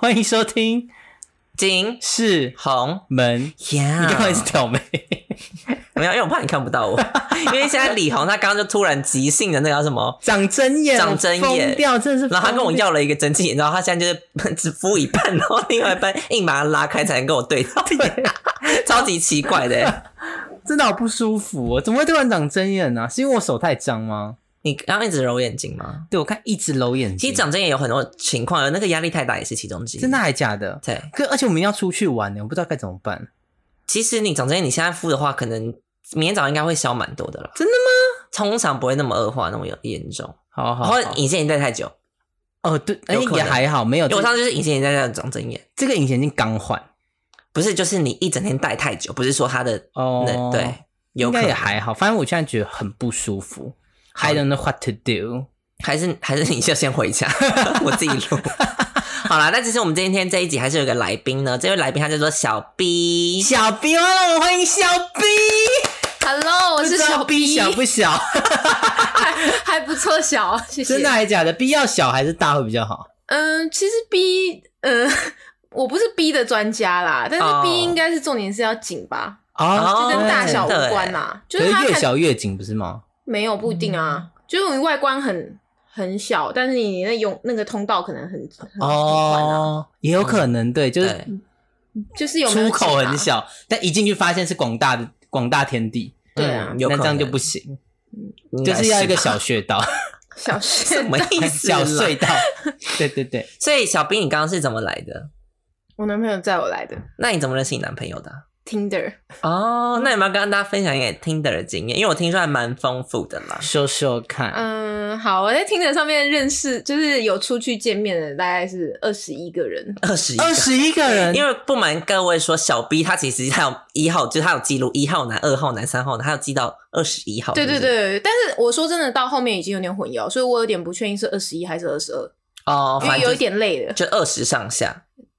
欢迎收听金是红门呀， 你干嘛一直挑眉？ 没有，因为我怕你看不到我。因为现在李红他刚刚就突然即兴的那个叫什么长针眼， 长针眼， 疯掉，真的是疯掉。 然后他跟我要了一个蒸汽眼罩，他现在就是只敷一半，然后另外一半硬把它拉开才能跟我对到，超级奇怪的。 真的好不舒服哦！怎么会突然长针眼呢？是因为我手太脏吗？ 你刚刚一直揉眼睛吗？ 对，我看一直揉眼睛。 其实长针眼有很多情况，有那个压力太大也是其中之一。 真的还假的？ 对， 而且我们要出去玩呢，我不知道该怎么办。 其实你长针眼，你现在敷的话，可能明天早上应该会消蛮多的了。 真的吗？ 通常不会那么恶化，那么严重。 好， 或者隐形眼镜戴太久。 哦，对，也还好，没有。 因为我上次就是隐形眼镜戴长针眼， 这个隐形眼镜刚换， 不是，就是你一整天戴太久，不是说它的对。 应该也还好，反正我现在觉得很不舒服 I don't know what to do。 还是你就先回家我自己录好啦，但其实我们今天这一集还是有一个来宾呢，这位来宾他叫做小 B。 小 B， 让我们欢迎小 B。 Hello， 我是小 B。 小不小？ 还不错，小，谢谢。 真的还假的？ B 要小还是大会比较好？ 其实 B 我不是 B 的专家啦，但是 B 应该是重点是要紧吧，就跟大小无关啦，就是它越小越紧不是吗？ 没有，不一定啊，就是你外观很小，但是你那个通道可能很宽啊， 也有可能，对，就是有没有出口很小，但一进去发现是广大天地， 对啊， 那这样就不行，就是要一个小穴道。 小穴道什么意思？ 小隧道。对对对。 所以小 B 你刚刚是怎么来的？ 我男朋友载我来的。 那你怎么认识你男朋友的 ？Tinder。 哦，那有没有跟大家分享一个 Tinder 的经验？因为我听说还蛮丰富的啦。 说说看。 好，我在 Tinder 上面认识，就是有出去见面的大概是21个人。 21个人。 因为不瞒各位说，小 B 他其实他有1号，就是他有记录1号男、2号男、3号男，他有记到21号。 对对对，但是我说真的，到后面已经有点混淆，所以我有点不确定是21还是22。 哦， 因为有一点累了。 就20上下。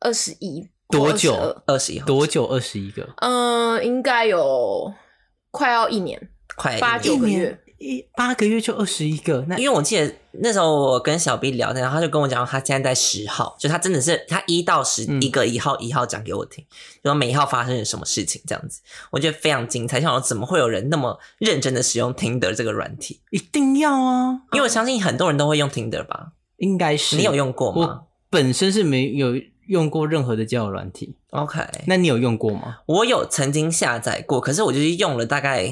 21。 多久 ？21号。 多久21个？ 应该有快要1年， 快 8、9个月 ，8个月就21个。那因为我记得那时候我跟小 B 聊天，然后他就跟我讲，他现在在10号，就他真的是他1到10一个1号讲给我听，就说每一号发生了什么事情这样子，我觉得非常精彩。想说怎么会有人那么认真的使用 Tinder 这个软体？ 一定要啊， 因为我相信很多人都会用 Tinder 吧？ 应该是。 你有用过吗？ 我本身是没有用过任何的交友软体。 OK， 那你有用过吗？ 我有曾经下载过，可是我就是用了大概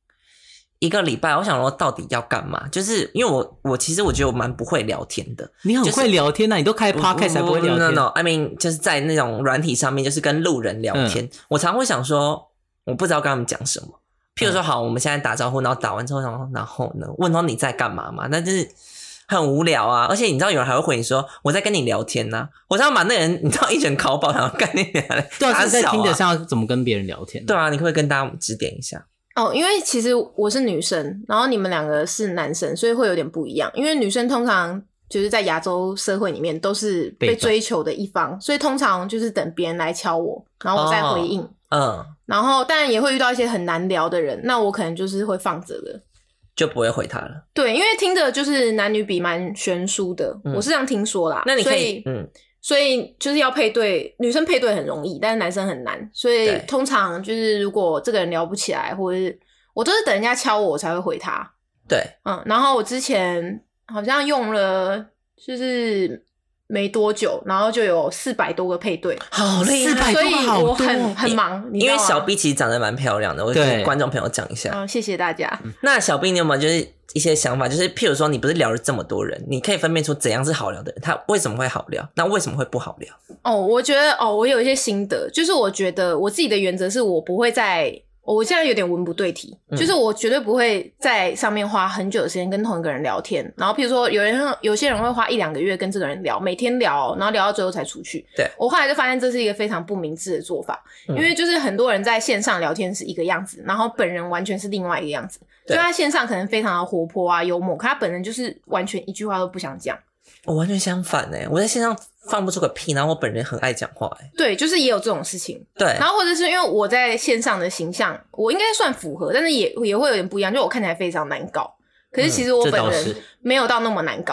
1个礼拜。我想说到底要干嘛？就是因为我其实我觉得我蛮不会聊天的。 你很会聊天啊，你都开 podcast 还不会聊天 ？No， I mean 就是在那种软体上面，就是跟路人聊天。我常会想说，我不知道跟他们讲什么。譬如说，好，我们现在打招呼，然后打完之后，然后呢，问说你在干嘛嘛？那就是很无聊啊，而且你知道有人还会回你说我在跟你聊天啊，我想把那个人你知道一拳拷爆，然后干那点对啊，在听得上要怎么跟别人聊天？ 对啊，你可不可以跟大家指点一下？ 因为其实我是女生，然后你们两个是男生，所以会有点不一样。因为女生通常就是在亚洲社会里面都是被追求的一方，所以通常就是等别人来敲我，然后我再回应。然后当然也会遇到一些很难聊的人，那我可能就是会放着的。 就不会回他了。 对，因为听的就是男女比蛮悬殊的，我是这样听说啦。 那你可以， 所以就是要配对，女生配对很容易，但是男生很难。所以通常就是如果这个人聊不起来，或者是我都是等人家敲我才会回他。 对， 然后我之前好像用了就是没多久，然后就有400多个配对， 好厉害， 所以我很忙。 因为小 B 其实长得蛮漂亮的，我跟观众朋友讲一下。 谢谢大家。 那小 B 你有没有就是一些想法，就是譬如说你不是聊了这么多人，你可以分辨出怎样是好聊的人，他为什么会好聊，那为什么会不好聊？ 我觉得我有一些心得，就是我觉得我自己的原则是我不会我现在有点文不对题，就是我绝对不会在上面花很久的时间跟同一个人聊天，然后譬如说有些人会花1-2个月跟这个人聊，每天聊，然后聊到最后才出去。 对， 我后来就发现这是一个非常不明智的做法，因为就是很多人在线上聊天是一个样子，然后本人完全是另外一个样子，就他线上可能非常的活泼啊幽默，可他本人就是完全一句话都不想讲。 我完全相反我在线上放不出个屁，然后我本人很爱讲话对，就是也有这种事情。 对， 然后或者是因为我在线上的形象我应该算符合，但是也会有点不一样，就我看起来非常难搞，可是其实我本人没有到那么难搞。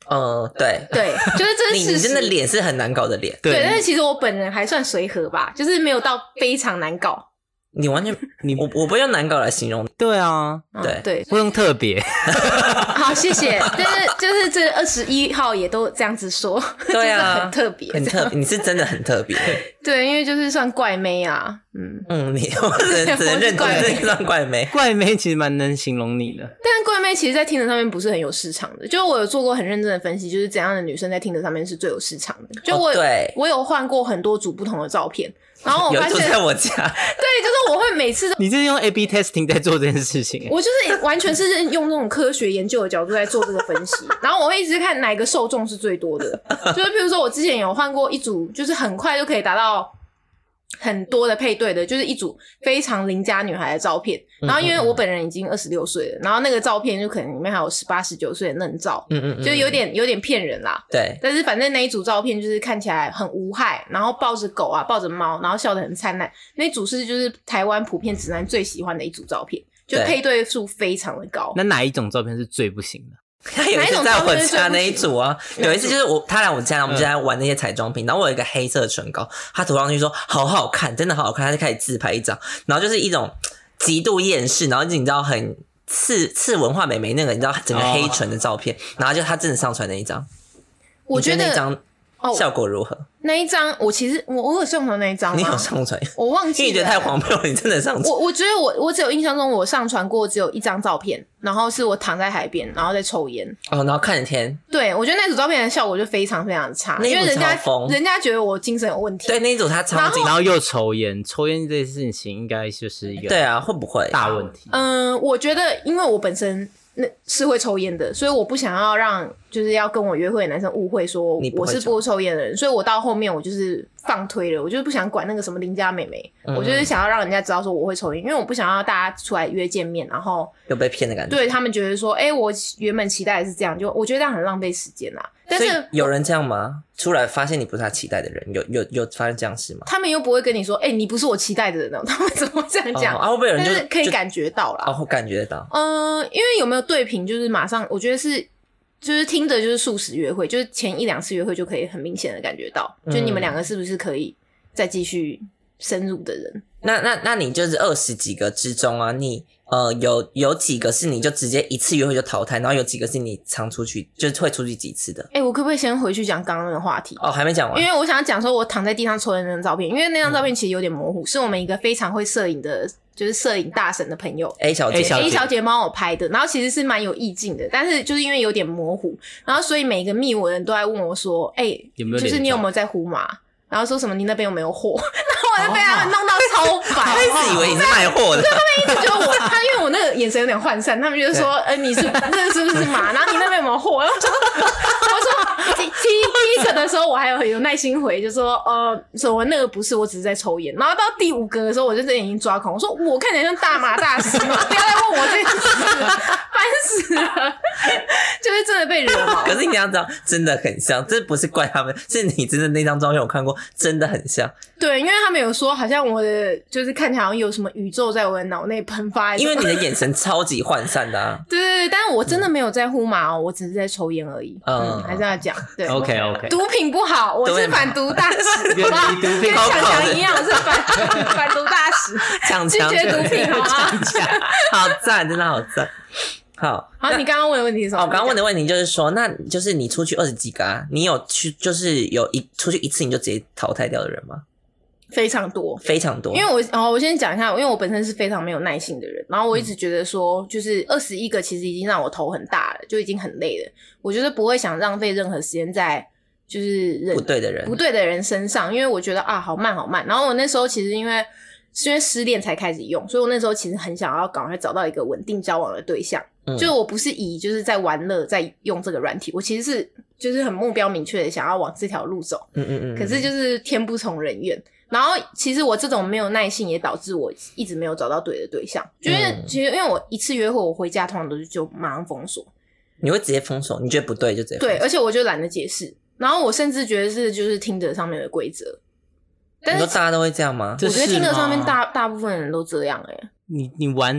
对， 就是这是事实。 你真的脸是很难搞的脸。 对，但是其实我本人还算随和吧，就是没有到非常难搞。 你完全我不会用难搞来形容。 对啊， 对， 不用特别。 好，谢谢。就是这21号也都这样子说， 对啊， 就是很特别， 很特别，你是真的很特别。 对，因为就是算怪妹啊， 你只能认同这算怪妹。 怪妹其实蛮能形容你的， 但怪妹其实在Tinder上面不是很有市场的。就我有做过很认真的分析，就是怎样的女生在Tinder上面是最有市场的。就我有换过很多组不同的照片。然后我发现有一组在我家， 对，就是我会每次你是用 A/B testing 在做这件事情， 我就是完全是用这种科学研究的角度在做这个分析，然后我会一直看哪个受众是最多的，就是比如说我之前有换过一组，就是很快就可以达到很多的配对的，就是一组非常邻家女孩的照片，然后因为我本人已经26岁了，然后那个照片就可能里面还有18、19岁的嫩照，就有点骗人啦。 对， 但是反正那一组照片就是看起来很无害，然后抱着狗啊，抱着猫，然后笑得很灿烂。那一组是就是台湾普遍直男最喜欢的一组照片，就配对数非常的高。 那哪一种照片是最不行的？ 他有一次在我家那一组啊，有一次就是他来我家，我们就在玩那些彩妆品，然后我有一个黑色唇膏，他涂上去说好好看，真的好好看，他就开始自拍一张，然后就是一种极度厌世，然后你知道很次文化美眉那个，你知道整个黑唇的照片，然后就他真的上传那一张， 我觉得那张效果如何？ 那一张我其实我有上传那一张吗？ 你有上传？ 我忘记了， 因为你觉得太荒谬了，你真的上传？ 我觉得我只有印象中我上传过只有一张照片，然后是我躺在海边，然后在抽烟， 然后看着天。 对，我觉得那组照片的效果就非常非常差，因为人家觉得我精神有问题。 对，那一组他超级， 然后又抽烟这件事情应该就是一个对啊，会不会大问题？ 我觉得因为我本身是会抽烟的，所以我不想要让就是要跟我约会的男生误会说我是不抽烟的人，所以我到后面我就是放推了，我就是不想管那个什么邻家妹妹，我就是想要让人家知道说我会抽烟，因为我不想要大家出来约见面，然后有被骗的感觉， 对他们觉得说，我原本期待的是这样，就我觉得这样很浪费时间啦。但是有人这样吗？出来发现你不是他期待的人，有发生这样事吗？ 他们又不会跟你说，你不是我期待的人哦，他们怎么会这样讲？ 会不会有人就是可以感觉到啦？ 会感觉得到。 因为有没有对屏，就是马上，我觉得是。就是听着就是速食约会，就是前1-2次约会就可以很明显的感觉到，就你们两个是不是可以再继续深入的人。 那你就是20几个之中啊，你有几个是你就直接一次约会就淘汰，然后有几个是你常出去，就是会出去几次的。 我可不可以先回去讲刚刚那个话题？ 还没讲完。 因为我想讲说我躺在地上抽烟那张照片，因为那张照片其实有点模糊，是我们一个非常会摄影的就是摄影大神的朋友 A 小姐帮我拍的，然后其实是蛮有意境的，但是就是因为有点模糊，然后所以每一个密我的人都在问我说就是你有没有在呼麻，然后说什么你那边有没有货，然后我就被他们弄到超烦， 他一直以为你是卖货的， 对，他们一直觉得他因为我那个眼神有点涣散，他们就说你是那是不是麻，然后你那边有没有货，然后我说第一个的时候我还有耐心回，就说什么那个不是，我只是在抽烟，然后到第5个的时候我就真的已经抓狂，我说我看起来像大麻大师吗？不要再问我这件事了，烦死了，就是真的被惹毛。 可是你要知道真的很像，这不是怪他们，是你真的那张照片我看过，真的很像。 对，因为他们有说好像我的就是看起来好像有什么宇宙在我的脑内喷发， 因为你的眼神超级涣散的啊。 对对对，但是我真的没有在呼麻我只是在抽烟而已。还是要讲。对 ，OK， 毒品不好，我是反毒大使， 跟毒品跟强强一样，我是反毒大使，拒绝毒品，好吗？ 好赞，真的好赞。好， 你刚刚问的问题是什么？ 我刚刚问的问题就是说，那就是你出去20几个啊，你有去就是出去一次你就直接淘汰掉的人吗？ 非常多， 非常多。 因为我先讲一下，因为我本身是非常没有耐性的人，然后我一直觉得说，就是21个其实已经让我头很大了，就已经很累了。我觉得不会想浪费任何时间在就是不对的人身上，因为我觉得好慢好慢。然后我那时候其实因为失恋才开始用，所以我那时候其实很想要赶快找到一个稳定交往的对象。就是我不是就是在玩乐在用这个软体，我其实是就是很目标明确的想要往这条路走。可是就是天不从人愿。然后其实我这种没有耐性也导致我一直没有找到对的对象，其实因为我一次约会我回家通常都是就马上封锁。 你会直接封锁？你觉得不对就直接封锁？ 对，而且我就懒得解释。然后我甚至觉得是就是Tinder上面的规则。 但是大家都会这样吗？ 我觉得Tinder上面大部分人都这样你玩的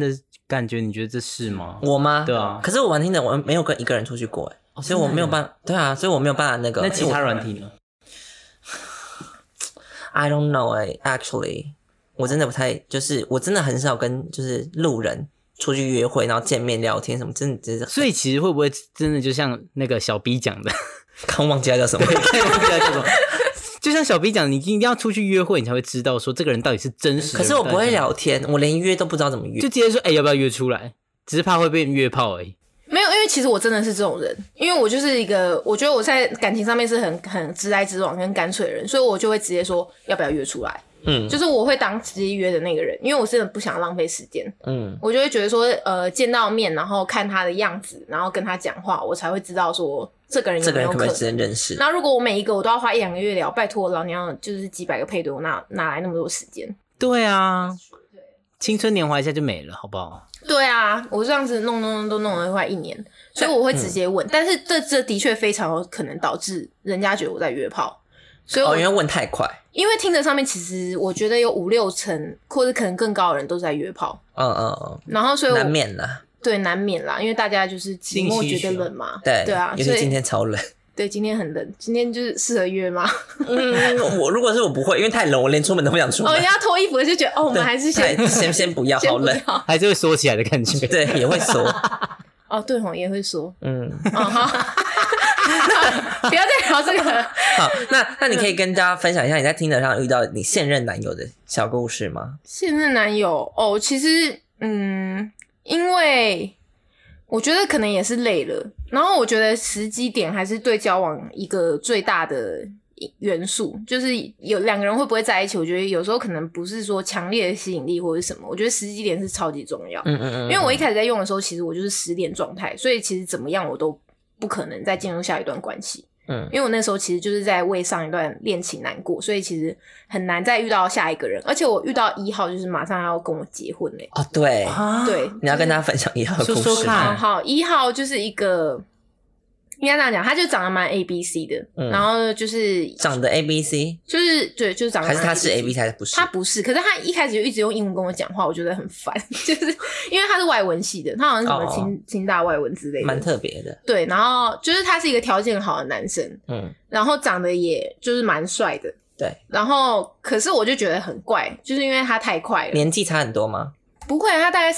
感觉，你觉得这是吗？ 我吗？ 对啊。 可是我玩听的，我没有跟一个人出去过所以我没有办法。对啊，所以我没有办法那个。 那其他软体呢 ？I don't know actually， 我真的不太，就是我真的很少跟就是路人出去约会，然后见面聊天什么，真的。 所以其实会不会真的就像那个小 B 讲的， 刚忘记他叫什么？ 对，忘记他叫什么。就像小 B 讲，你一定要出去约会，你才会知道说这个人到底是真实的。 可是我不会聊天，我连约都不知道怎么约， 就直接说要不要约出来，只是怕会被约炮而已。 没有，因为其实我真的是这种人，因为我就是一个，我觉得我在感情上面是很直来直往跟干脆的人，所以我就会直接说要不要约出来。就是我会当直接约的那个人，因为我真的不想浪费时间。我就会觉得说，见到面，然后看他的样子，然后跟他讲话，我才会知道说这个人有没有可能。 这个人可不可以直接认识？ 那如果我每一个我都要花1-2个月聊，拜托老娘就是几百个配对，我哪来那么多时间？ 对啊，青春年华一下就没了，好不好？ 对啊，我这样子弄都弄了快1年，所以我会直接问。但是这的确非常有可能导致人家觉得我在约炮。所以因为问太快， 因为听着上面其实我觉得有5-6成或者可能更高的人都是在约炮，然后所以难免啦， 对，难免啦，因为大家就是寂寞觉得冷嘛，对啊， 尤其今天超冷， 对，今天很冷，今天就是适合约吗？ 我如果是我不会，因为太冷，我连出门都不想出门。 人家脱衣服就觉得我们还是先不要，好冷， 还是会缩起来的感觉， 对，也会缩。 对吼，也会缩，不要再聊这个了。 好，那你可以跟大家分享一下你在Tinder上遇到你现任男友的小故事吗？ 现任男友其实因为我觉得可能也是累了，然后我觉得时机点还是对交往一个最大的元素，就是有2个人会不会在一起，我觉得有时候可能不是说强烈的吸引力或者什么，我觉得时机点是超级重要。因为我一开始在用的时候，其实我就是失恋状态，所以其实怎么样我都不可能再进入下一段关系。因为我那时候其实就是在为上一段恋情难过，所以其实很难再遇到下一个人，而且我遇到1号就是马上要跟我结婚嘞。 对，你要跟大家分享1号的故事。 说看。 好，1号就是一个应该这样讲，他就长得蛮 ABC 的，然后就是长得 ABC， 就是对，就是长得蛮 ABC， 还是他是 ABC 还是不是？ 他不是，可是他一开始就一直用英文跟我讲话，我觉得很烦，就是因为他是外文系的，他好像是什么清大外文之类的， 蛮特别的。 对，然后就是他是一个条件好的男生，然后长得也就是蛮帅的， 对， 然后可是我就觉得很怪，就是因为他太快了。 年纪差很多吗？ 不会，他大概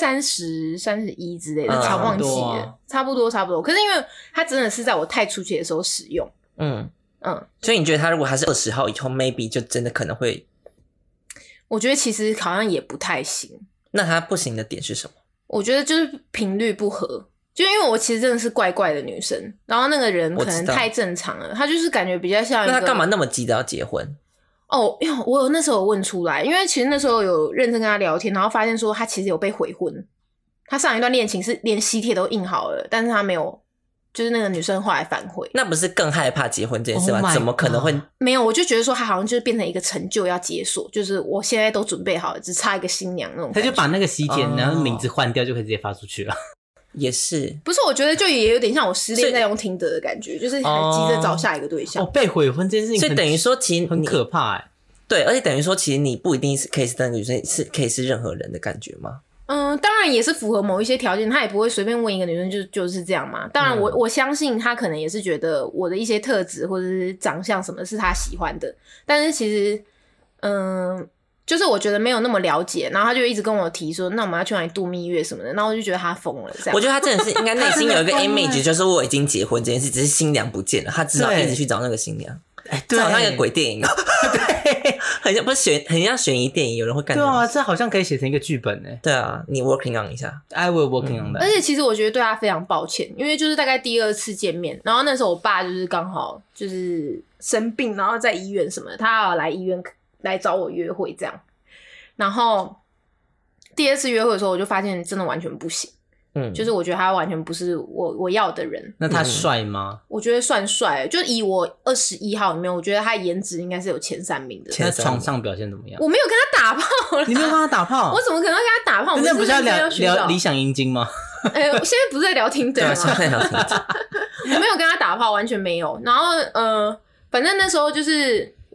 30、31之类的，忘记了，差不多。可是因为他真的是在我太出去的时候使用， 所以你觉得他如果他是20号以后 ，maybe 就真的可能会？ 我觉得其实好像也不太行。 那他不行的点是什么？ 我觉得就是频率不合，就因为我其实真的是怪怪的女生，然后那个人可能太正常了，他就是感觉比较像一个。 那他干嘛那么急着要结婚？ 因为我那时候有问出来，因为其实那时候有认真跟他聊天，然后发现说他其实有被悔婚，他上一段恋情是连喜帖都印好了，但是他没有，就是那个女生后来反悔。 那不是更害怕结婚这件事吗？怎么可能会没有？我就觉得说他好像就是变成一个成就要解锁，就是我现在都准备好了，只差一个新娘那种感觉。 他就把那个喜帖然后名字换掉，就可以直接发出去了。 也是， 不是？我觉得就也有点像我失恋在用Tinder的感觉，就是还急着找下一个对象。 被悔婚这件事情， 所以等于说其实很可怕对，而且等于说其实你不一定是可以是那个女生，是可以是任何人的感觉吗？ 当然也是符合某一些条件，他也不会随便问一个女生就是这样嘛。当然我相信他可能也是觉得我的一些特质或者是长相什么是他喜欢的，但是其实就是我觉得没有那么了解，然后他就一直跟我提说，那我们要去哪里度蜜月什么的，然后我就觉得他疯了。 我觉得他真的是应该内心有一个 image， 就是我已经结婚这件事，只是新娘不见了，他只好一直去找那个新娘。这好像一个鬼电影对，很像不是很像悬疑电影，有人会干。 对啊，这好像可以写成一个剧本对啊，你 working on 一下 ，I will working on that。 而且其实我觉得对他非常抱歉，因为就是大概第2次见面，然后那时候我爸就是刚好就是生病，然后在医院什么的，他要来医院来找我约会这样。然后第2次约会的时候，我就发现真的完全不行。就是我觉得他完全不是我要的人。 那他帅吗？ 我觉得算帅，就以我21号里面，我觉得他颜值应该是有前3名的。 那床上表现怎么样？ 我没有跟他打炮啦。 你没有跟他打炮？ 我怎么可能跟他打炮？ 那不是要聊理想阴茎吗？ 我现在不是在聊Tinder吗？ 现在聊Tinder。 我没有跟他打炮，完全没有。然后反正那时候就是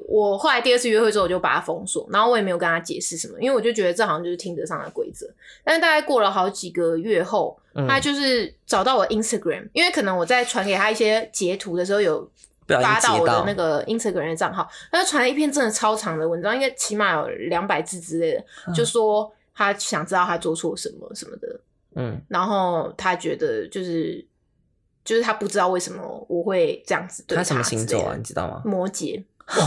我后来第2次约会之后，我就把他封锁，然后我也没有跟他解释什么，因为我就觉得这好像就是听得上的规则。但是大概过了好几个月后，他就是找到我 Instagram， 因为可能我在传给他一些截图的时候有发到我的那个 Instagram 的账号，他就传了一篇真的超长的文章，应该起码有200字之类的，就说他想知道他做错什么什么的，然后他觉得就是他不知道为什么我会这样子对他。 他什么星座啊？你知道吗？ 摩羯。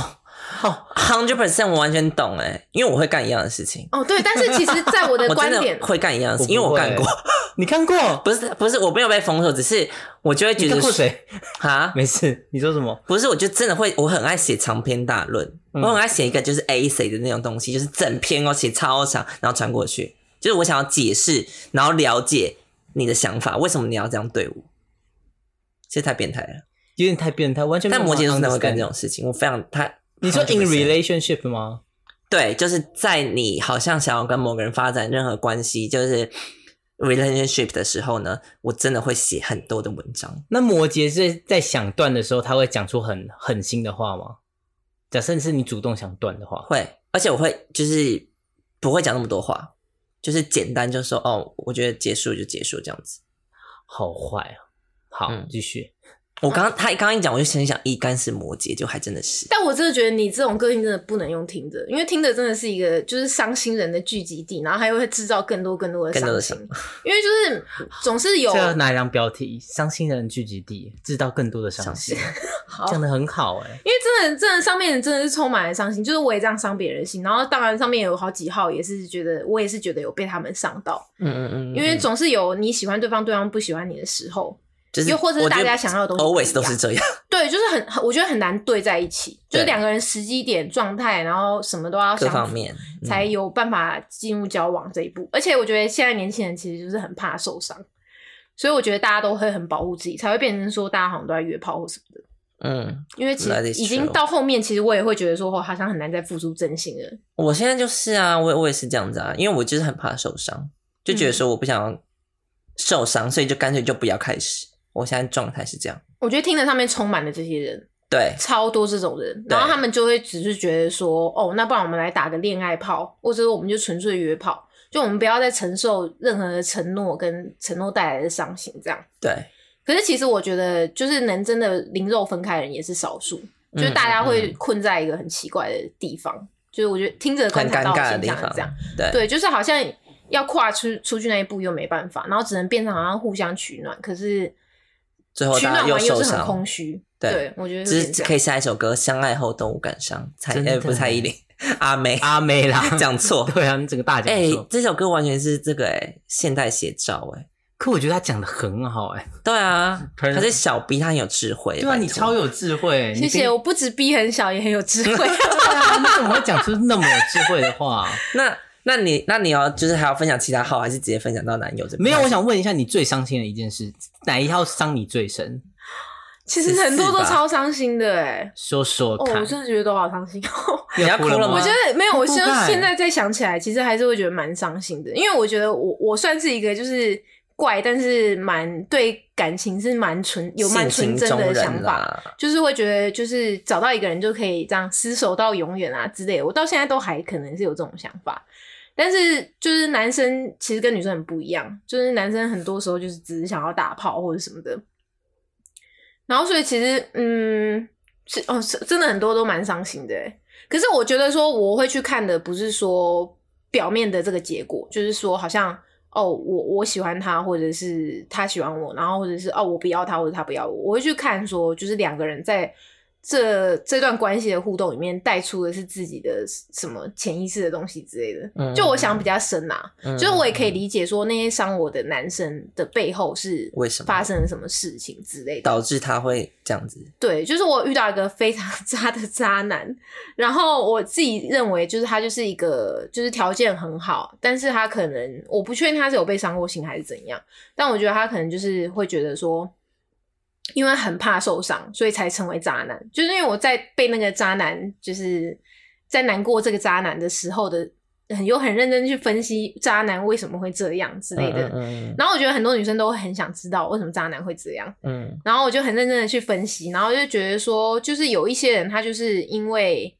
100% 我完全懂因为我会干一样的事情。 对，但是其实在我的观点我真的会干一样的事情，因为我干过。 你看过？ 不是，我没有被封锁，只是我就会觉得。 你看过谁？ 哈， 没事，你说什么？ 不是，我就真的会，我很爱写长篇大论，我很爱写一个就是 essay 的那种东西，就是整篇写超长，然后传过去，就是我想要解释，然后了解你的想法，为什么你要这样对我？这太变态了， 有点太变态，完全没有。 但摩羯真的会干这种事情，我非常你说 in relationship 吗？ 对，就是在你好像想要跟某个人发展任何关系，就是 relationship 的时候呢，我真的会写很多的文章。 那摩羯是在想断的时候，他会讲出很狠心的话吗？假设是你主动想断的话， 会，而且我会就是不会讲那么多话，就是简单就说我觉得结束就结束这样子。 好坏啊！好，继续。 他刚刚一讲，我就先想一干是摩羯，就还真的是。 但我真的觉得你这种个性真的不能用听的，因为听的真的是一个就是伤心人的聚集地，然后还会制造更多的伤心。因为就是总是有这拿来当标题，伤心人聚集地，制造更多的伤心。讲得很好因为真的上面真的是充满了伤心，就是我也这样伤别人的心，然后当然上面有好几号也是觉得我也是觉得有被他们伤到。因为总是有你喜欢对方，对方不喜欢你的时候。就是又或者是大家想要的东西 always 都是这样。 对，就是我觉得很难对在一起，就是2个人时机点状态，然后什么都要各方面才有办法进入交往这一步。而且我觉得现在年轻人其实就是很怕受伤，所以我觉得大家都会很保护自己，才会变成说大家好像都在约炮或什么的。因为其实已经到后面，其实我也会觉得说好像很难再付出真心了。 我现在就是啊，我也是这样子啊，因为我就是很怕受伤，就觉得说我不想要受伤，所以就干脆就不要开始。我现在状态是这样， 我觉得听着上面充满了这些人， 对， 超多这种人，然后他们就会只是觉得说，那不然我们来打个恋爱炮，或者说我们就纯粹约炮，就我们不要再承受任何的承诺跟承诺带来的伤心，这样。 对。 可是其实我觉得，就是能真的灵肉分开的人也是少数，就是大家会困在一个很奇怪的地方，就是我觉得听着观察到现象是这样，对，就是好像要跨出去那一步又没办法，然后只能变成好像互相取暖，可是。 最后大家又受伤，取暖完又是很空虚。对，我觉得只是可以下一首歌《相爱后都无感伤》，不是蔡依林，阿妹啦，讲错。 对啊，你整个大讲错。 这首歌完全是这个现代写照可我觉得他讲的很好对啊，他是小 B， 他很有智慧。 对啊，你超有智慧。 谢谢，我不止 B 很小，也很有智慧。对啊，你怎么会讲出那么有智慧的话？ 那你要就是还要分享其他号，还是直接分享到男友这边？ 没有，我想问一下，你最伤心的一件事，哪一号伤你最深？ 其实很多都超伤心的说说看。 我真的觉得都好伤心。 你要哭了吗？ 我觉得没有，我现在再想起来，其实还是会觉得蛮伤心的，因为我觉得我算是一个就是怪，但是对感情是蛮纯真的想法，就是会觉得就是找到一个人就可以这样厮守到永远啊之类的。我到现在都还可能是有这种想法。但是就是男生其实跟女生很不一样，就是男生很多时候就是只是想要打炮或者什么的，然后所以其实真的很多都蛮伤心的可是我觉得说我会去看的不是说表面的这个结果，就是说好像我喜欢他，或者是他喜欢我，然后或者是我不要他，或者他不要我，我会去看说就是2个人在这段关系的互动里面带出的是自己的什么潜意识的东西之类的，就我想比较深就是我也可以理解说那些伤我的男生的背后是为什么发生了什么事情之类的， 导致他会这样子。 对，就是我遇到一个非常渣的渣男，然后我自己认为就是他就是一个就是条件很好，但是他可能我不确定他是有被伤过心还是怎样，但我觉得他可能就是会觉得说因为很怕受伤，所以才成为渣男。就是因为我在被那个渣男，就是在难过这个渣男的时候的，很认真去分析渣男为什么会这样之类的。然后我觉得很多女生都会很想知道为什么渣男会这样。然后我就很认真的去分析，然后就觉得说，就是有一些人他就是因为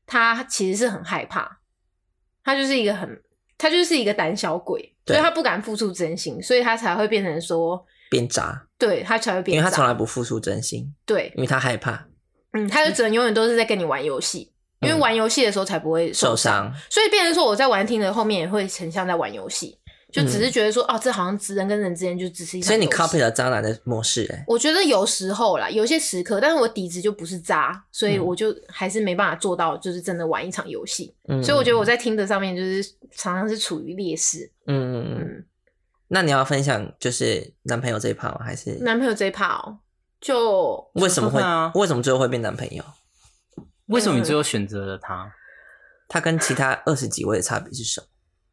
他其实是很害怕，他就是一个胆小鬼，所以他不敢付出真心，所以他才会变成说变渣。 对，他才会变渣， 因为他从来不付出真心。 对， 因为他害怕。 他就只能永远都是在跟你玩游戏，因为玩游戏的时候才不会受伤，所以变成说我在玩Tinder后面也会很像在玩游戏。就只是觉得说，这好像人跟人之间就只是一场游戏。 所以你 copy 了渣男的模式我觉得有时候啦，有些时刻，但是我底子就不是渣，所以我就还是没办法做到，就是真的玩一场游戏。所以我觉得我在Tinder上面就是常常是处于劣势。 那你要分享就是男朋友这一 part 吗？还是男朋友这一 part 就为什么最后会变男朋友？ 为什么你最后选择了他？ 他跟其他20几位的差别是什么？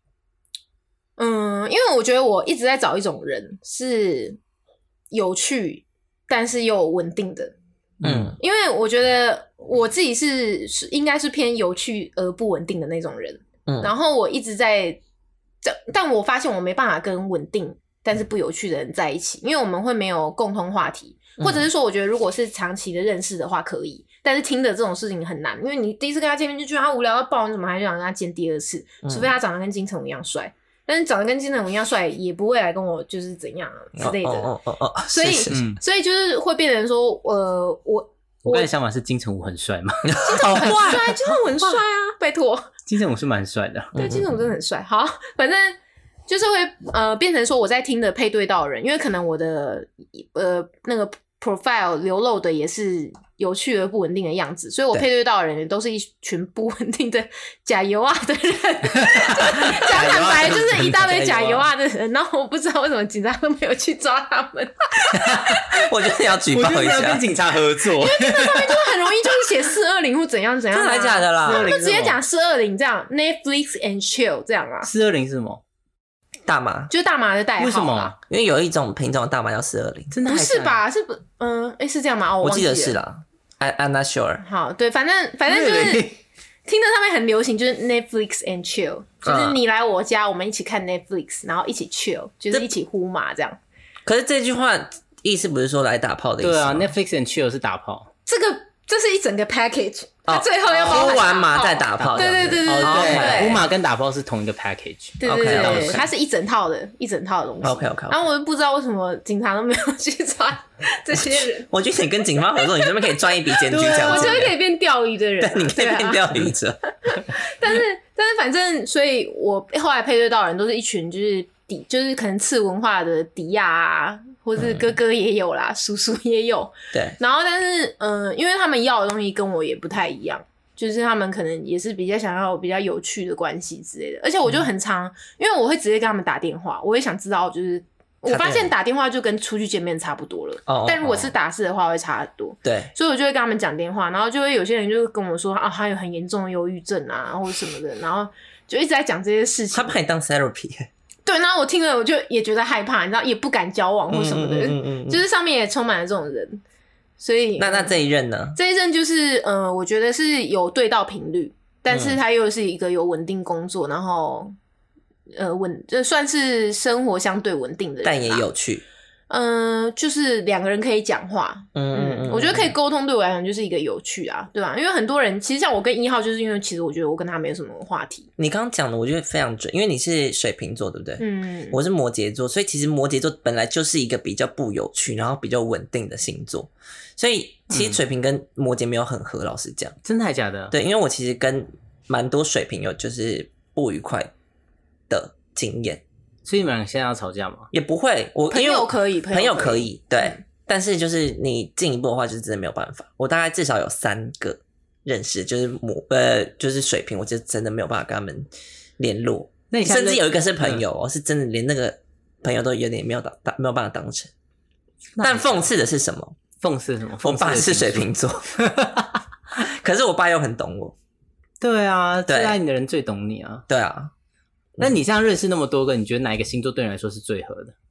因为我觉得我一直在找一种人是有趣但是又稳定的。因为我觉得我自己是应该是偏有趣而不稳定的那种人。然后我一直在，但我发现我没办法跟稳定但是不有趣的人在一起，因为我们会没有共同话题，或者是说我觉得如果是长期的认识的话可以，但是听的这种事情很难，因为你第一次跟他见面就觉得他无聊到爆，你怎么还想跟他见第二次？除非他长得跟金城武一样帅，但是长得跟金城武一样帅也不会来跟我就是怎样之类的。所以就是会变成说我刚才想法是金城武很帅吗？ 金城武很帅，金城武很帅啊，拜托。 金城武是蛮帅的。 对，金城武真的很帅。好，反正就是会变成说我在听的配对到的人，因为可能我的那个 profile 流露的也是有趣而不稳定的样子，所以我配对到的人也都是一群不稳定的假油啊的人。讲坦白就是一大堆假油啊的人，然后我不知道为什么警察都没有去抓他们。 我觉得你要举报一下， 我要跟警察合作。因为真的上面就是很容易就是写420或怎样怎样。 真的假的啦？ 他们直接讲420这样 Netflix and chill 这样啊。 420是什么？ 大麻， 就是大麻的代号。 为什么？ 因为有一种品种的大麻叫420。 真的不是吧？是不是这样吗？ 我记得是啦。I'm not sure。 好，对，反正就是听着上面很流行，就是 Netflix and chill， 就是你来我家，我们一起看 Netflix， 然后一起 chill， 就是一起呼麻这样。 可是这句话意思不是说来打炮的意思吗？ 对啊 ，Netflix and chill 是打炮。 这是一整个 package， 最后要包含呼完麻再打炮。 对， 呼麻跟打炮是同一个 package。 对，它是一整套的东西。 OK。 然后我就不知道为什么警察都没有去抓这些人。 我觉得你跟警方合作，你这边可以赚一笔检举奖金。 我觉得可以变钓鱼的人。 对，你可以变钓鱼者。 但是反正，所以我后来配对到的人都是一群就是可能次文化的迪亚啊，或是哥哥也有啦，叔叔也有。 对。 然后但是因为他们要的东西跟我也不太一样，就是他们可能也是比较想要比较有趣的关系之类的。而且我就很常，因为我会直接跟他们打电话，我也想知道，就是我发现打电话就跟出去见面差不多了。但如果是打字的话会差很多。对。所以我就会跟他们讲电话，然后就会有些人就跟我说他有很严重的忧郁症啊或者什么的，然后就一直在讲这些事情。 他把你当 therapy。 对，然后我听了我就也觉得害怕，你知道，也不敢交往或什么的，就是上面也充满了这种人，所以那这一任呢？ 这一任就是我觉得是有对到频率，但是他又是一个有稳定工作，然后就算是生活相对稳定的人， 但也有趣。 就是两个人可以讲话，我觉得可以沟通，对我来讲就是一个有趣啊，对吧？因为很多人其实像我跟1号，就是因为其实我觉得我跟他没有什么话题。 你刚刚讲的我觉得非常准，因为你是水瓶座，对不对？我是摩羯座，所以其实摩羯座本来就是一个比较不有趣，然后比较稳定的星座，所以其实水瓶跟摩羯没有很合，老实讲。 真的还假的？ 对，因为我其实跟蛮多水瓶有就是不愉快的经验。 所以你们俩现在要吵架吗？ 也不会， 朋友可以， 对。但是就是你进一步的话，就是真的没有办法。我大概至少有3个认识，就是水瓶，我就真的没有办法跟他们联络。那你甚至有一个是朋友是真的连那个朋友都有点没有办法当成。但讽刺的是什么？ 讽刺什么？ 我爸是水瓶座，可是我爸又很懂我。 对啊，最爱你的人最懂你啊。 对啊。 那你这样认识那么多个，你觉得哪一个星座对你来说是最合的？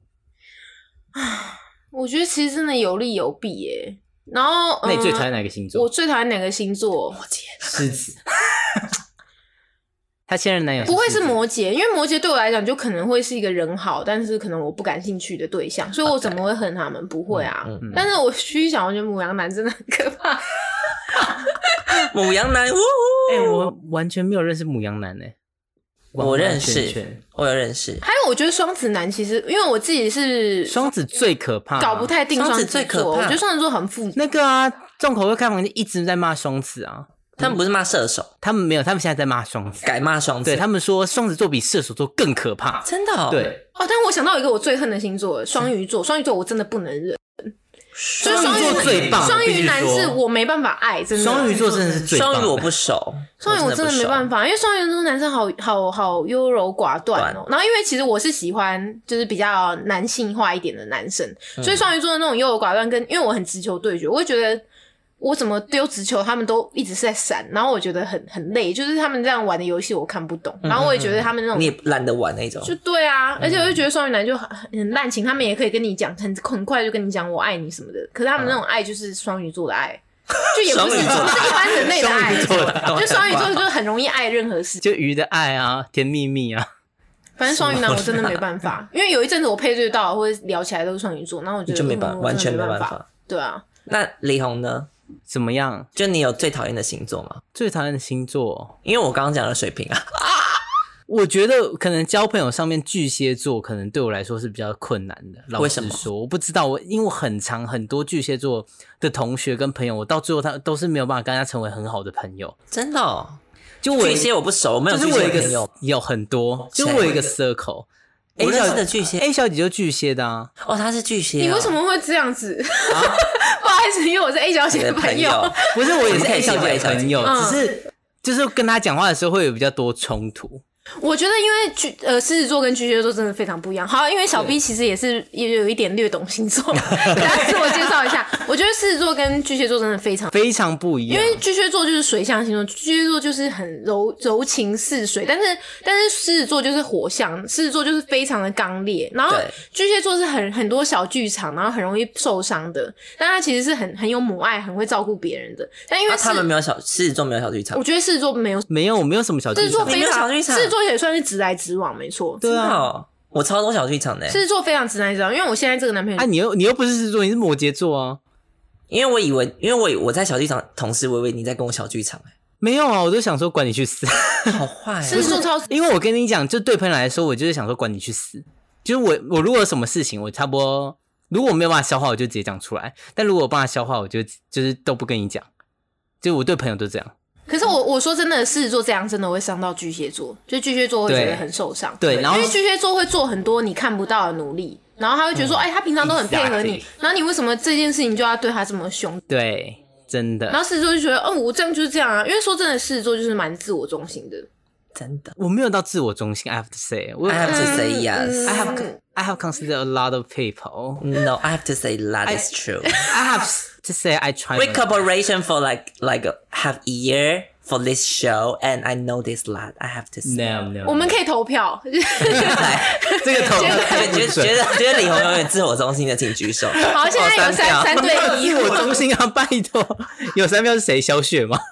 我觉得其实真的有利有弊耶。然后， 那你最讨厌哪个星座？ 我最讨厌哪个星座？ 摩羯、 狮子。他现任男友不会是摩羯，因为摩羯对我来讲就可能会是一个人好，但是可能我不感兴趣的对象，所以我怎么会恨他们？不会啊。但是我虚想，我觉得牡羊男真的很可怕。 母羊男， 我完全没有认识母羊男我认识，我有认识。 还有，我觉得双子男其实，因为我自己是双子最可怕， 搞不太定双子最可怕。 我觉得双子座很复杂。 那个啊，重口味开房间一直在骂双子啊。 他们不是骂射手， 他们没有，他们现在在骂双子， 改骂双子。 对，他们说双子座比射手座更可怕， 真的哦。 对但我想到一个我最恨的星座，双鱼座。双鱼座我真的不能忍。 双鱼座最棒， 双鱼男是我没办法爱，真的。 双鱼座真的是最棒。 双鱼我不熟， 双鱼我真的没办法，因为双鱼座男生好优柔寡断哦。然后因为其实我是喜欢就是比较男性化一点的男生，所以双鱼座的那种优柔寡断跟因为我很直球对决，我会觉得我怎么丢直球他们都一直是在闪，然后我觉得很累，就是他们这样玩的游戏我看不懂，然后我也觉得他们那种你也懒得玩那种， 就对啊，而且我就觉得双鱼男就很滥情，他们也可以跟你讲很快就跟你讲我爱你什么的，可是他们那种爱就是双鱼座的爱，就也不是一般人类的爱，就双鱼座就很容易爱任何事， 就鱼的爱啊，甜蜜蜜啊。 反正双鱼男我真的没办法，因为有一阵子我配对到或者聊起来都是双鱼座，然后我觉得就没办法，完全没办法。 对啊， 那李红呢？ 怎么样？ 就你有最讨厌的星座吗？ 最讨厌的星座， 因为我刚刚讲了水瓶啊。 我觉得可能交朋友上面巨蟹座可能对我来说是比较困难的。老实说，我不知道，因为我很多巨蟹座的同学跟朋友，我到最后他都是没有办法跟他成为很好的朋友。 真的哦？ 就我巨蟹我不熟，没有巨蟹的朋友， 有很多，就我有一个 circle。 我认识的巨蟹 A 小姐就巨蟹的啊。 哦，她是巨蟹。 你为什么会这样子？不好意思，因为我是 A 小姐的朋友。 不是，我也是 A 小姐的朋友，只是就是跟她讲话的时候会有比较多冲突。 我觉得因为狮子座跟巨蟹座真的非常不一样。好，因为小 B 其实也有一点略懂星座，大家自我介绍一下。我觉得狮子座跟巨蟹座真的非常不一样，因为巨蟹座就是水象星座，巨蟹座就是很柔情似水，但是狮子座就是火象，狮子座就是非常的刚烈，然后巨蟹座是很多小剧场，然后很容易受伤的，但他其实是很有母爱，很会照顾别人的。但因为他们没有狮子座没有小剧场， 我觉得狮子座没有什么小剧场， 狮子座非常狮子座也算是直来直往，没错。 对啊， 我超多小剧场的。 狮子座非常直来直往，因为我现在这个男朋友， 你又不是狮子座，你是摩羯座啊。 因为我在小剧场，同事我以为你在跟我小剧场没有啊，我都想说管你去死， 好坏。 狮子座超， 因为我跟你讲，就对朋友来说，我就是想说管你去死。就是我如果有什么事情，我差不多如果我没有办法消化，我就直接讲出来；但如果我帮他消化，我就是都不跟你讲。就我对朋友都这样。 可是我说真的，狮子座这样真的会伤到巨蟹座，就巨蟹座会觉得很受伤。 对，然后因为巨蟹座会做很多你看不到的努力，然后他会觉得说，他平常都很配合你，然后你为什么这件事情就要对他这么凶？ 对，真的。 然后狮子座就觉得，我这样就是这样啊。因为说真的，狮子座就是蛮自我中心的。 真的， 我没有到自我中心 ，I have to say. I have to say yes. I have considered a lot of people. No, I have to say that is true. I have to say I try. We cooperation for like half a year for this show, and I know this lot. I have to say. No. 我们可以投票。 这个投票觉得李红永远自我中心的，请举手。 好，现在有3对1。 自我中心啊，拜托，有3票是谁？小雪吗？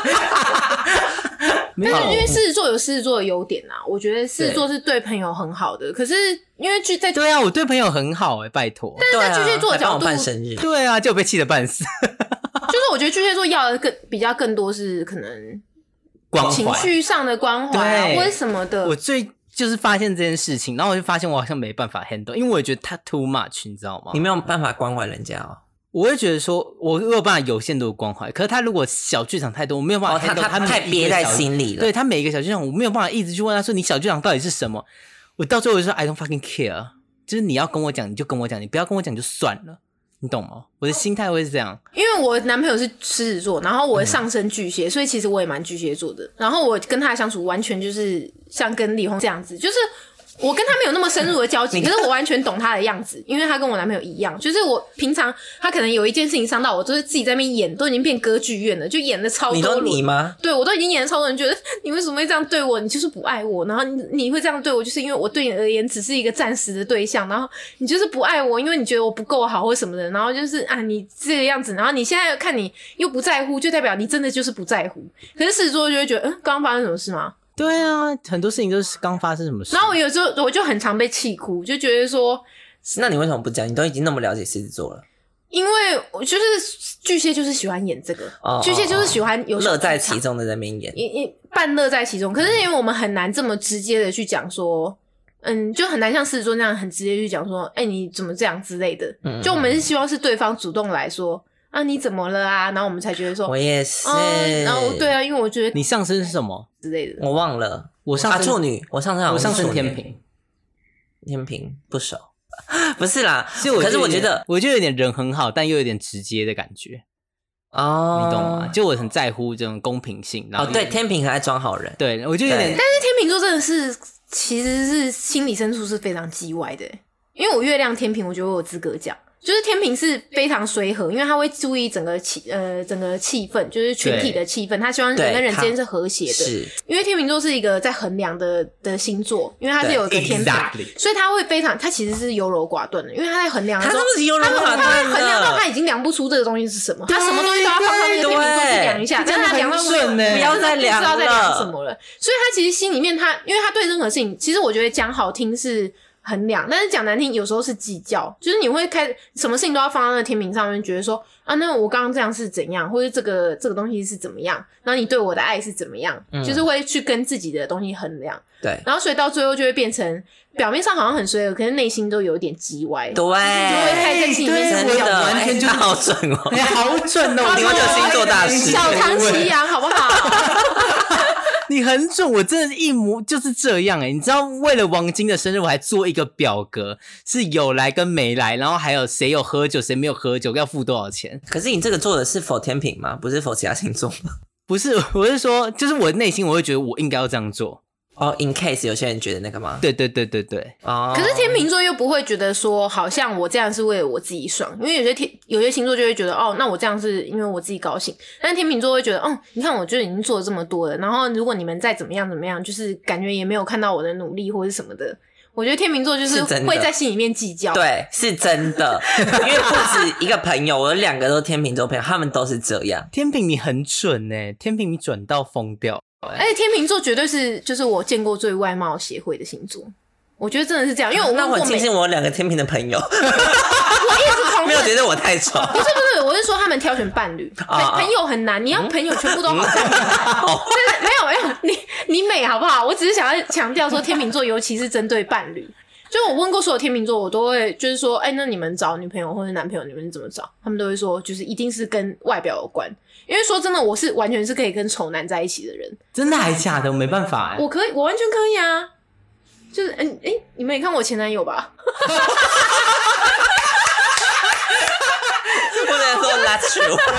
但是因为狮子座有狮子座的优点啊，我觉得狮子座是对朋友很好的。可是因为对啊，我对朋友很好拜托。 但是在巨蟹座的角度， 办生日， 对啊，就被气得半死。 就是我觉得巨蟹座要的比较更多是可能情绪上的关怀或者什么的。 我就是发现这件事情，然后我就发现我好像没办法 handle， 因为我觉得他 too much， 你知道吗？ 你没有办法关怀人家哦。 我会觉得说，我有办法有限度的关怀，可是他如果小剧场太多，我没有办法 handle， 他太憋在心里了。 对，他每一个小剧场，我没有办法一直去问他说你小剧场到底是什么。我到最后就说 I don't fucking care， 就是你要跟我讲你就跟我讲，你不要跟我讲就算了，你懂吗？我的心态会是这样。 因为我男朋友是狮子座，然后我的上升巨蟹，所以其实我也蛮巨蟹座的。然后我跟他相处完全就是像跟李红这样子，就是我跟他没有那么深入的交集，可是我完全懂他的样子，因为他跟我男朋友一样，就是我平常他可能有一件事情伤到我，就是自己在那边演，都已经变歌剧院了，就演的超多轮。 你吗？ 对，我都已经演的超多人，觉得你为什么会这样对我？你就是不爱我，然后你会这样对我，就是因为我对你而言只是一个暂时的对象，然后你就是不爱我，因为你觉得我不够好或什么的，然后就是你这个样子，然后你现在看你又不在乎，就代表你真的就是不在乎。可是狮子座就会觉得，刚刚发生什么事吗？ 对啊，很多事情都是刚发生什么事。 然后我有时候我就很常被气哭，就觉得说， 那你为什么不讲？你都已经那么了解狮子座了。 因为就是巨蟹就是喜欢演这个，巨蟹就是喜欢有乐在其中的在那边演， 半乐在其中。可是因为我们很难这么直接的去讲说，就很难像狮子座那样很直接去讲说，你怎么这样之类的。就我们是希望是对方主动来说啊，你怎么了啊？然后我们才觉得说， 我也是。 然后对啊，因为我觉得你上升是什么之类的， 我忘了。 我上升处女，我上升天秤， 天秤不熟。不是啦， 可是我觉得有点人很好，但又有点直接的感觉哦，你懂吗？就我很在乎这种公平性。然后对，天秤很爱装好人。 对，我就有点。但是天秤座真的是，其实是心理深处是非常叽歪的，因为我月亮天秤，我觉得我有资格讲。就是天秤是非常随和，因为他会注意整个气氛，就是群体的气氛，他希望人跟人之间是和谐的。 是， 因为天秤座是一个在衡量的星座，因为他是有一个天平，所以他会他其实是优柔寡断的，因为他在衡量的时候， 他是优柔寡断的， 他衡量到他已经量不出这个东西是什么，他什么东西都要放上那个天秤座去量一下，但是他量到不要再量了， 不知道在量什么了，所以他其实心里面因为他对任何事情，其实我觉得讲好听是衡量，但是讲难听有时候是计较，就是你会什么事情都要放到那个天平上面，觉得说啊，那我刚刚这样是怎样，或者这个东西是怎么样，然后你对我的爱是怎么样，就是会去跟自己的东西衡量。 对， 然后所以到最后就会变成表面上好像很随和，可是内心都有点叽歪。 对， 就会开在心里面真的完全就是好准哦， 好准哦， 你完全星座大师， 小唐奇阳好不好？ 你很准，我真的是一模就是这样你知道，为了王晶的生日，我还做一个表格，是有来跟没来，然后还有谁有喝酒，谁没有喝酒，要付多少钱。 可是你这个做的是否天秤吗？不是否其他星座吗？ 不是，我是说，就是我内心我会觉得我应该要这样做。 in case 有些人觉得那个吗？ 对。 可是天秤座又不会觉得说，好像我这样是为了我自己爽，因为有些星座就会觉得，那我这样是因为我自己高兴。但天秤座会觉得，你看我就已经做了这么多了，然后如果你们再怎么样，就是感觉也没有看到我的努力或是什么的。我觉得天秤座就是会在心里面计较。 对，是真的。因为不止一个朋友，我有2个都是天秤座朋友，他们都是这样。 天秤你很准天秤你准到疯掉。 而且天秤座绝对是就是我见过最外貌协会的星座，我觉得真的是这样，因为那我庆幸我有2个天秤的朋友，我一直狂没有觉得我太丑， 不是，我是说他们挑选伴侣，朋友很难，你要朋友全部都好看，就是没有你美好不好？我只是想要强调说天秤座尤其是针对伴侣。就我问过所有天秤座，我都会就是说，那你们找女朋友或者男朋友，你们是怎么找？他们都会说，就是一定是跟外表有关。因为说真的，我是完全是可以跟丑男在一起的人。 真的还假的？我没办法我可以，我完全可以啊。就是你们也看过我前男友吧？ 不能说 that's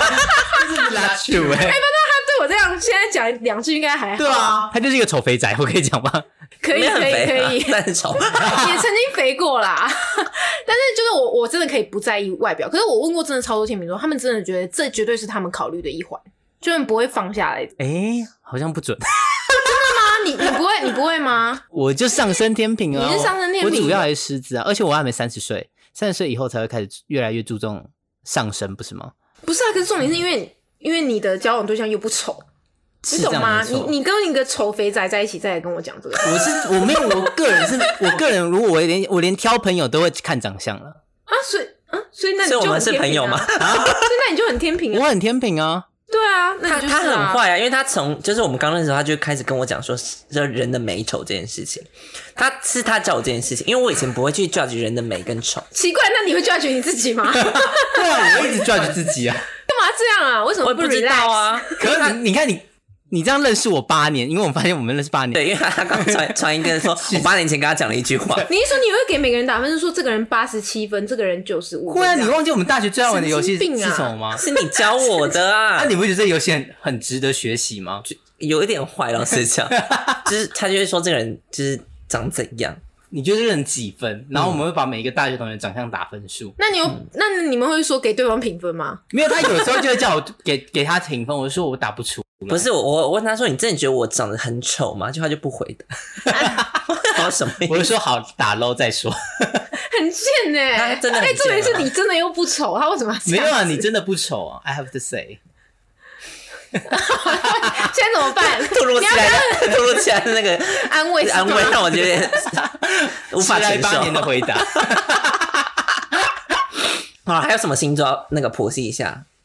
true，that's true 那他对我这样，现在讲2句应该还好。 对啊，他就是一个丑肥仔，我可以讲吗？ 可以， 但是丑也曾经肥过啦。但是就是我真的可以不在意外表，可是我问过真的超多天秤座，他们真的觉得这绝对是他们考虑的一环，就他们不会放下来。 好像不准。 真的吗？你不会吗？ 我就上升天秤啊， 你是上升天秤， 我主要还是狮子啊，而且我还没30岁，30岁以后才会开始越来越注重上升，不是吗？ 不是啊，可是重点是因为你的交往对象又不丑。你懂吗？你跟一个丑肥仔在一起，再来跟我讲这个， 我没有，我个人，如果我连挑朋友都会看长相了所以那你就我们是朋友吗？ 所以那你就很天秤我很天秤啊。 对啊，那他很坏啊，因为他就是我们刚认识的时候，他就开始跟我讲说，人的美丑这件事情，他教我这件事情，因为我以前不会去 judge 人的美跟丑。 奇怪，那你会 judge 你自己吗？ 对啊，我一直 judge 自己啊。 干嘛这样啊？为什么不知道啊？ 可是你看你这样认识我8年，因为我发现我们认识8年。 对，因为他刚传一个说，我8年前跟他讲了一句话。 你是说你会给每个人打分，是说这个人87分，这个人95分？ 会啊，你忘记我们大学最好玩的游戏是什么吗？ 是你教我的啊。 那你不觉得这游戏很值得学习吗？ 有一点坏，老实讲，就是他就会说这个人就是长怎样。 你觉得这个人几分？然后我们会把每一个大学同学长相打分数。 那你们会说给对方评分吗？ 没有，他有时候就会叫我给他评分，我就说我打不出。 不是我问他说你真的觉得我长得很丑吗？就他就不回的。什么意思？ 我就说好打 low 再说。 很贱他真的很贱。 重点是你真的又不丑，他为什么要这样？ 没有啊，你真的不丑啊 ，I have to say。 现在怎么办？ 突如其来的那个安慰让我觉得无法承受。 8年的回答。 好，还有什么星座那个剖析一下？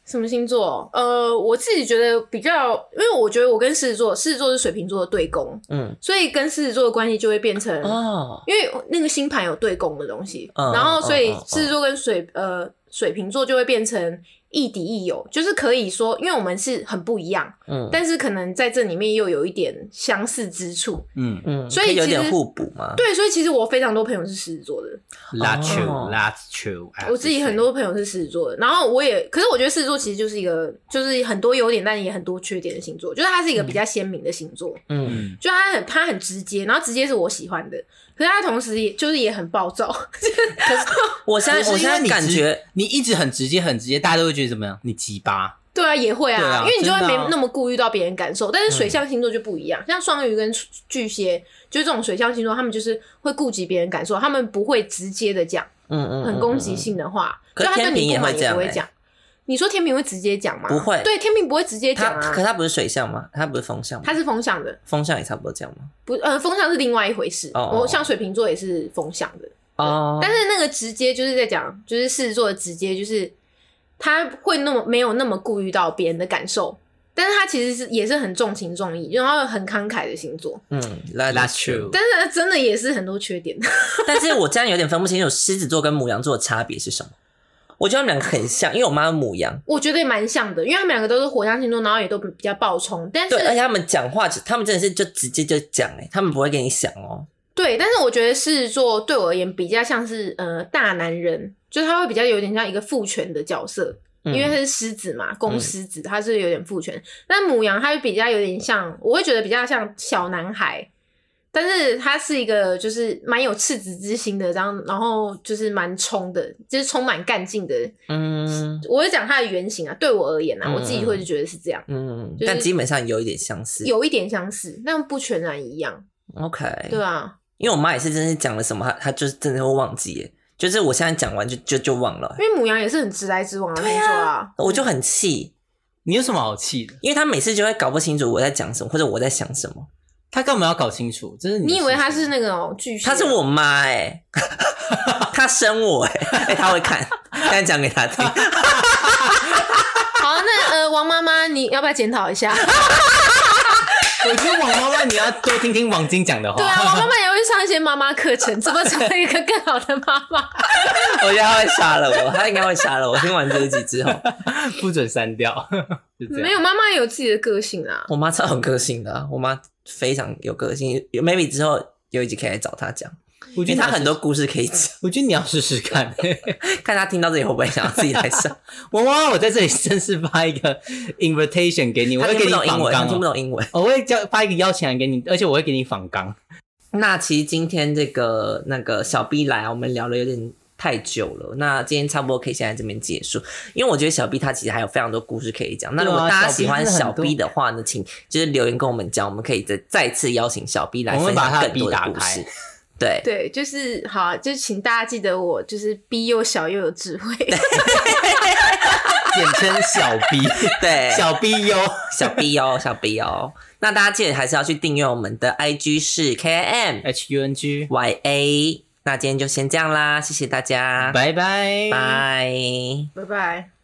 什么星座？我自己觉得比较，因为我觉得我跟狮子座是水瓶座的对宫，所以跟狮子座的关系就会变成因为那个星盘有对宫的东西，然后所以狮子座跟水瓶座就会变成亦敌亦友，就是可以说，因为我们是很不一样，但是可能在这里面又有一点相似之处，所以有点互补嘛。 对，所以其实我非常多朋友是狮子座的。 That's true。 我自己很多朋友是狮子座的，然后可是我觉得狮子座其实就是一个，就是很多优点，但也很多缺点的星座，就是它是一个比较鲜明的星座，就它很直接，然后直接是我喜欢的。可是他同时也很暴躁。可是我现在感觉你一直很直接，大家都会觉得怎么样？你鸡巴。 对啊，也会啊，因为你就会没那么顾虑到别人感受。但是水象星座就不一样，像双鱼跟巨蟹，就是这种水象星座，他们就是会顾及别人感受，他们不会直接的讲，很攻击性的话。 可是天秤也会这样， 你说天秤会直接讲吗？ 不会， 对，天秤不会直接讲啊。 可他不是水象吗？他不是风象吗？ 他是风象的， 风象也差不多这样吗？ 不，风象是另外一回事。我像水瓶座也是风象的，但是那个直接就是在讲，就是狮子座的直接，就是他会没有那么顾虑到别人的感受，但是他其实也是很重情重义，就是他很慷慨的星座。 That's true。 但是真的也是很多缺点。 但是我这样有点分不清楚狮子座跟牡羊座的差别是什么。我觉得他们两个很像，因为我妈是牡羊， 我觉得也蛮像的，因为他们两个都是火象星座，然后也都比较暴冲，但是对，而且他们讲话，他们真的是就直接就讲，他们不会给你想哦。 对，但是我觉得狮子座对我而言比较像是大男人，就是他会比较有点像一个父权的角色，因为他是狮子嘛，公狮子，他是有点父权。但牡羊他会比较有点像，我会觉得比较像小男孩。但是他是一个就是蛮有赤子之心的，然后就是蛮冲的，就是充满干劲的。我会讲他的原型啊，对我而言啊，我自己会觉得是这样。就是、 但基本上有一点相似， 有一点相似，但不全然一样。 OK， 对啊， 因为我妈也是真的讲了什么，她就是真的会忘记耶。就是我现在讲完就忘了， 因为牡羊也是很直来直往的星座啊， 我就很气。 你有什么好气的？ 因为他每次就会搞不清楚我在讲什么，或者我在想什么。 他干嘛要搞清楚？这是你以为他是那个巨蟹？ 他是我妈他生我他会看，现在讲给他听。 好，那王妈妈，你要不要检讨一下？ 我觉得王妈妈你要多听听王晶讲的话。 对啊，王妈妈也会上一些妈妈课程，怎么成为一个更好的妈妈。 我觉得他会杀了我，他应该会杀了我。听完这一集之后， 不准删掉。 没有，妈妈也有自己的个性啊。 我妈超有个性的啊，我妈非常有个性。maybe 之后有一集可以来找她讲，我觉得她很多故事可以讲。 我觉得你要试试看， 看她听到这里会不会想要自己来上。 我在这里正式发一个 invitation 给你，我会给你访纲。 她听不懂英文， 我会发一个邀请函给你，而且我会给你访纲。 那其实今天那个小 B 来，我们聊了有点太久了，那今天差不多可以先在这边结束，因为我觉得小 B 他其实还有非常多故事可以讲。那如果大家喜欢小 B 的话呢，请就是留言跟我们讲，我们可以再次邀请小 B 来分享更多的故事。对， 就是好，就是请大家记得我就是 B 又小又有智慧， 简称小 B， 对， 小 B 哟， 小 B 哟，小 B 哟。那大家记得还是要去订阅我们的 IG 是 KIMHUNGYA。那今天就先这样啦，谢谢大家， 拜拜， 拜拜拜。